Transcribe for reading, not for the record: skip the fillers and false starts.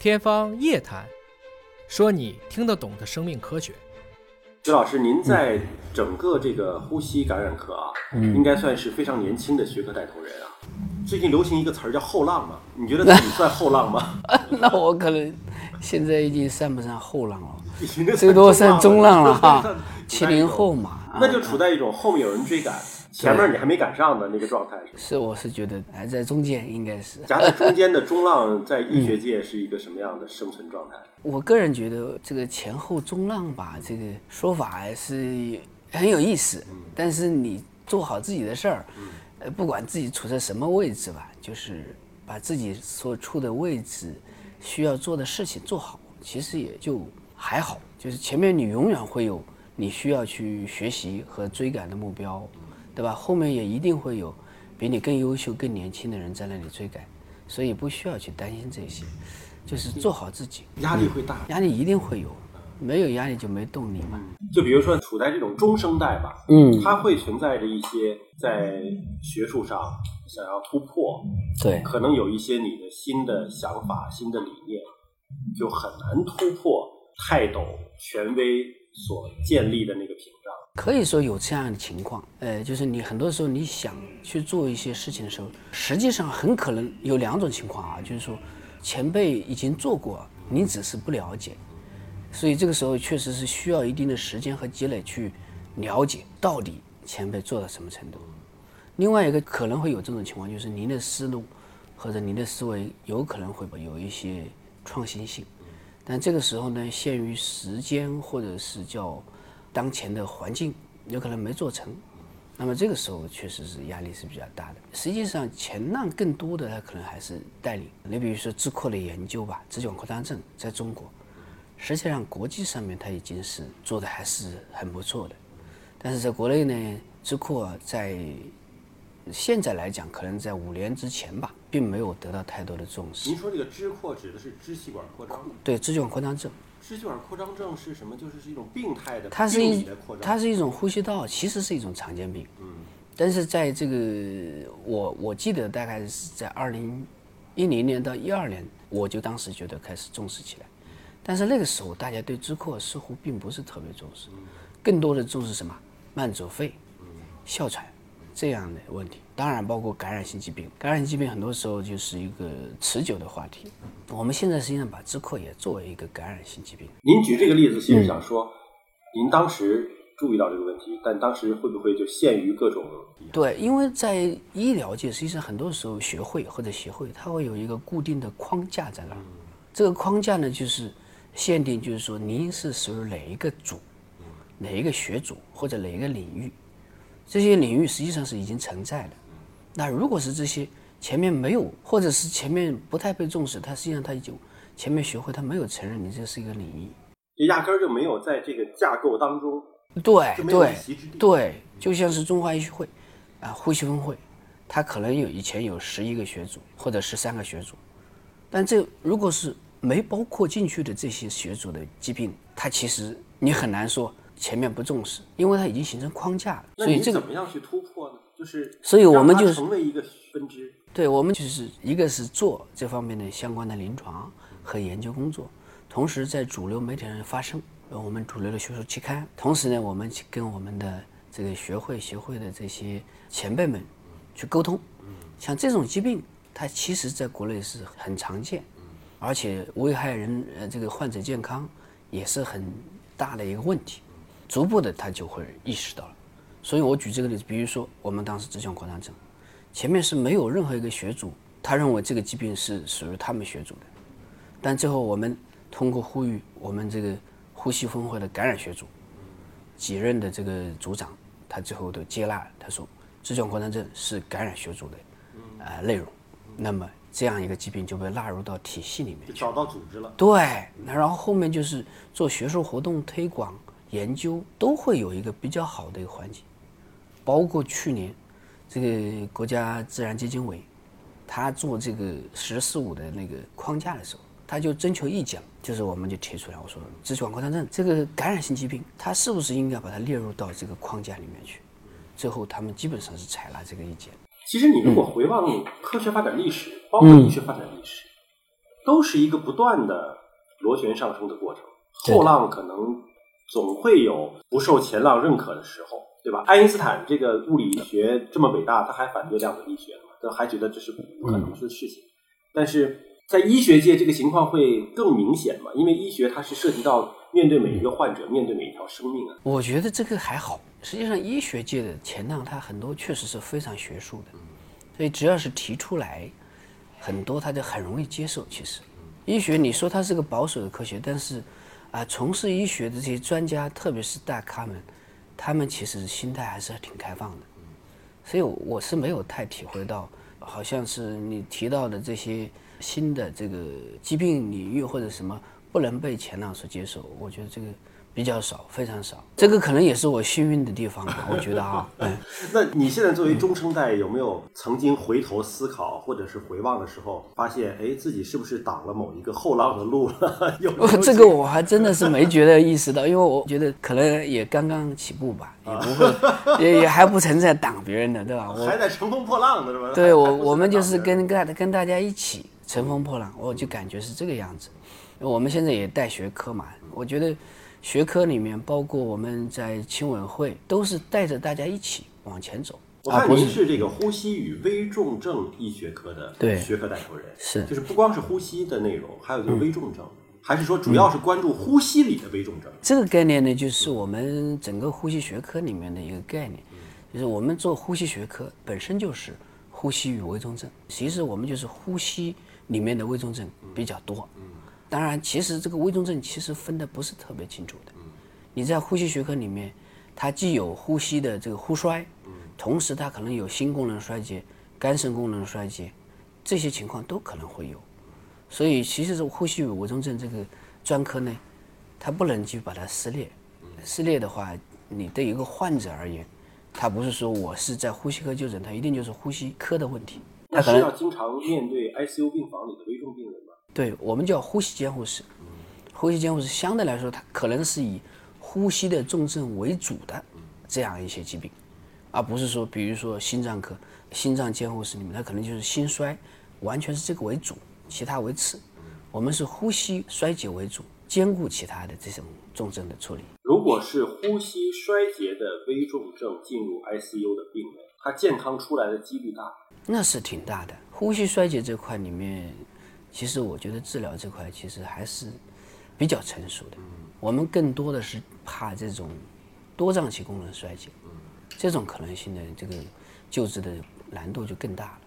天方夜谭，说你听得懂的生命科学。 徐老师，您在整个这个呼吸感染科啊，应该算是非常年轻的学科带头人啊。最近流行一个词儿叫后浪嘛，你觉得自己算后浪吗？ 那我可能现在已经算不上后浪了，最多算中浪了哈。70后嘛， 那就处在一种后面有人追赶，前面你还没赶上的那个状态。 是，我是觉得还在中间，应该是夹在中间的中浪，在医学界是一个什么样的生存状态？ 我个人觉得这个前后中浪吧，这个说法还是很有意思。但是你做好自己的事儿，不管自己处在什么位置吧，就是把自己所处的位置需要做的事情做好，其实也就还好。就是前面你永远会有你需要去学习和追赶的目标，对吧？后面也一定会有比你更优秀、更年轻的人在那里追赶，所以不需要去担心这些，就是做好自己。 压力会大， 压力一定会有，没有压力就没动力嘛。 就比如说处在这种中生代吧，它会存在着一些在学术上想要突破， 对， 可能有一些你的新的想法、新的理念，就很难突破泰斗权威所建立的那个屏障。 可以说有这样的情况，就是你很多时候你想去做一些事情的时候，实际上很可能有两种情况啊，就是说前辈已经做过，你只是不了解，所以这个时候确实是需要一定的时间和积累去了解到底前辈做到什么程度。另外一个可能会有这种情况，就是您的思路或者您的思维有可能会有一些创新性，但这个时候呢，限于时间或者是叫当前的环境，有可能没做成，那么这个时候确实是压力是比较大的。实际上前浪更多的它可能还是带领，你比如说支扩的研究吧，支气管扩张症在中国实际上国际上面它已经是做的还是很不错的，但是在国内呢，支扩在现在来讲可能在5年之前吧，并没有得到太多的重视。 您说这个支扩指的是支气管扩张？ 对，支气管扩张症。 支气管扩张症是什么？就是一种病态的它是病理的扩张。 它是一种呼吸道，其实是一种常见病。但是在这个我记得大概是在2010年到12年，我就当时觉得开始重视起来。但是那个时候大家对支扩似乎并不是特别重视，更多的重视什么？慢阻肺、哮喘这样的问题。当然包括感染性疾病，感染性疾病很多时候就是一个持久的话题。我们现在实际上把支扩也作为一个感染性疾病。 您举这个例子其实想说，您当时注意到这个问题，但当时会不会就限于各种？ 对，因为在医疗界实际上很多时候学会或者协会它会有一个固定的框架在那儿，这个框架呢就是限定，就是说您是属于哪一个组、哪一个学组或者哪一个领域，这些领域实际上是已经存在的。那如果是这些前面没有，或者是前面不太被重视，它实际上它就前面学会它没有承认你这是一个领域， 就压根儿就没有在这个架构当中。 对，就像是中华医学会啊，呼吸分会，它可能以前有11个学组或者13个学组，但这如果是没包括进去的这些学组的疾病，它其实你很难说前面不重视，因为它已经形成框架了。 所以这个怎么样去突破呢？就是所以我们就成为一个分支。 对，我们就是一个是做这方面的相关的临床和研究工作，同时在主流媒体上发声，我们主流的学术期刊，同时呢，我们跟我们的这个协会的这些前辈们去沟通。像这种疾病，它其实在国内是很常见，而且危害人这个患者健康也是很大的一个问题，逐步的他就会意识到了。所以我举这个例子，比如说我们当时支气管扩张症，前面是没有任何一个学组他认为这个疾病是属于他们学组的，但最后我们通过呼吁我们这个呼吸分会的感染学组几任的这个组长，他最后都接纳了，他说支气管扩张症是感染学组的内容，那么这样一个疾病就被纳入到体系里面去， 就找到组织了。 对，然后后面就是做学术活动推广研究都会有一个比较好的一个环境，包括去年这个国家自然基金委他做这个“1045”的那个框架的时候，他就征求意见，就是我们就提出来，我说支气管扩张症这个感染性疾病，它是不是应该把它列入到这个框架里面去？最后他们基本上是采纳这个意见。 其实你如果回望科学发展历史，包括医学发展历史， 都是一个不断的螺旋上升的过程，后浪可能总会有不受前浪认可的时候，对吧？爱因斯坦这个物理学这么伟大，他还反对量子力学呢，他还觉得这是不可能的事情。但是在医学界这个情况会更明显嘛，因为医学它是涉及到面对每一个患者，面对每一条生命啊。 我觉得这个还好，实际上医学界的前浪它很多确实是非常学术的，所以只要是提出来，很多他就很容易接受。其实医学你说它是个保守的科学，但是从事医学的这些专家，特别是大咖们，他们其实心态还是挺开放的。所以我是没有太体会到，好像是你提到的这些新的这个疾病领域或者什么不能被前浪所接受，我觉得这个比较少，非常少。这个可能也是我幸运的地方吧，我觉得啊。 那你现在作为中生代，有没有曾经回头思考或者是回望的时候，发现自己是不是挡了某一个后浪的路了？ 这个我还真的是没觉得意识到，因为我觉得可能也刚刚起步吧，也不会，也还不曾在挡别人的，对吧？ 还在乘风破浪的是吧？ 对，我们就是跟大家一起乘风破浪，我就感觉是这个样子。我们现在也带学科嘛，我觉得学科里面包括我们在青委会都是带着大家一起往前走。 我看您是这个呼吸与危重症医学科的学科带头人， 是就是不光是呼吸的内容，还有就是危重症，还是说主要是关注呼吸里的危重症？ 这个概念呢，就是我们整个呼吸学科里面的一个概念，就是我们做呼吸学科本身就是呼吸与危重症，其实我们就是呼吸里面的危重症比较多。当然，其实这个危重症其实分的不是特别清楚的。你在呼吸学科里面，它既有呼吸的这个呼衰，同时它可能有心功能衰竭、肝肾功能衰竭，这些情况都可能会有。所以，其实呼吸与危重症这个专科呢，它不能去把它撕裂。撕裂的话，你对一个患者而言，他不是说我是在呼吸科就诊，他一定就是呼吸科的问题。 那是要经常面对 ICU 病房里的危重病人吗？ 对，我们叫呼吸监护室。呼吸监护室相对来说，它可能是以呼吸的重症为主的这样一些疾病，而不是说，比如说心脏科、心脏监护室里面，它可能就是心衰，完全是这个为主，其他为次。我们是呼吸衰竭为主，兼顾其他的这种重症的处理。 如果是呼吸衰竭的危重症进入 ICU 的病人，他健康出来的几率大？ 那是挺大的。呼吸衰竭这块里面，其实我觉得治疗这块其实还是比较成熟的。我们更多的是怕这种多脏器功能衰竭，这种可能性的这个救治的难度就更大了。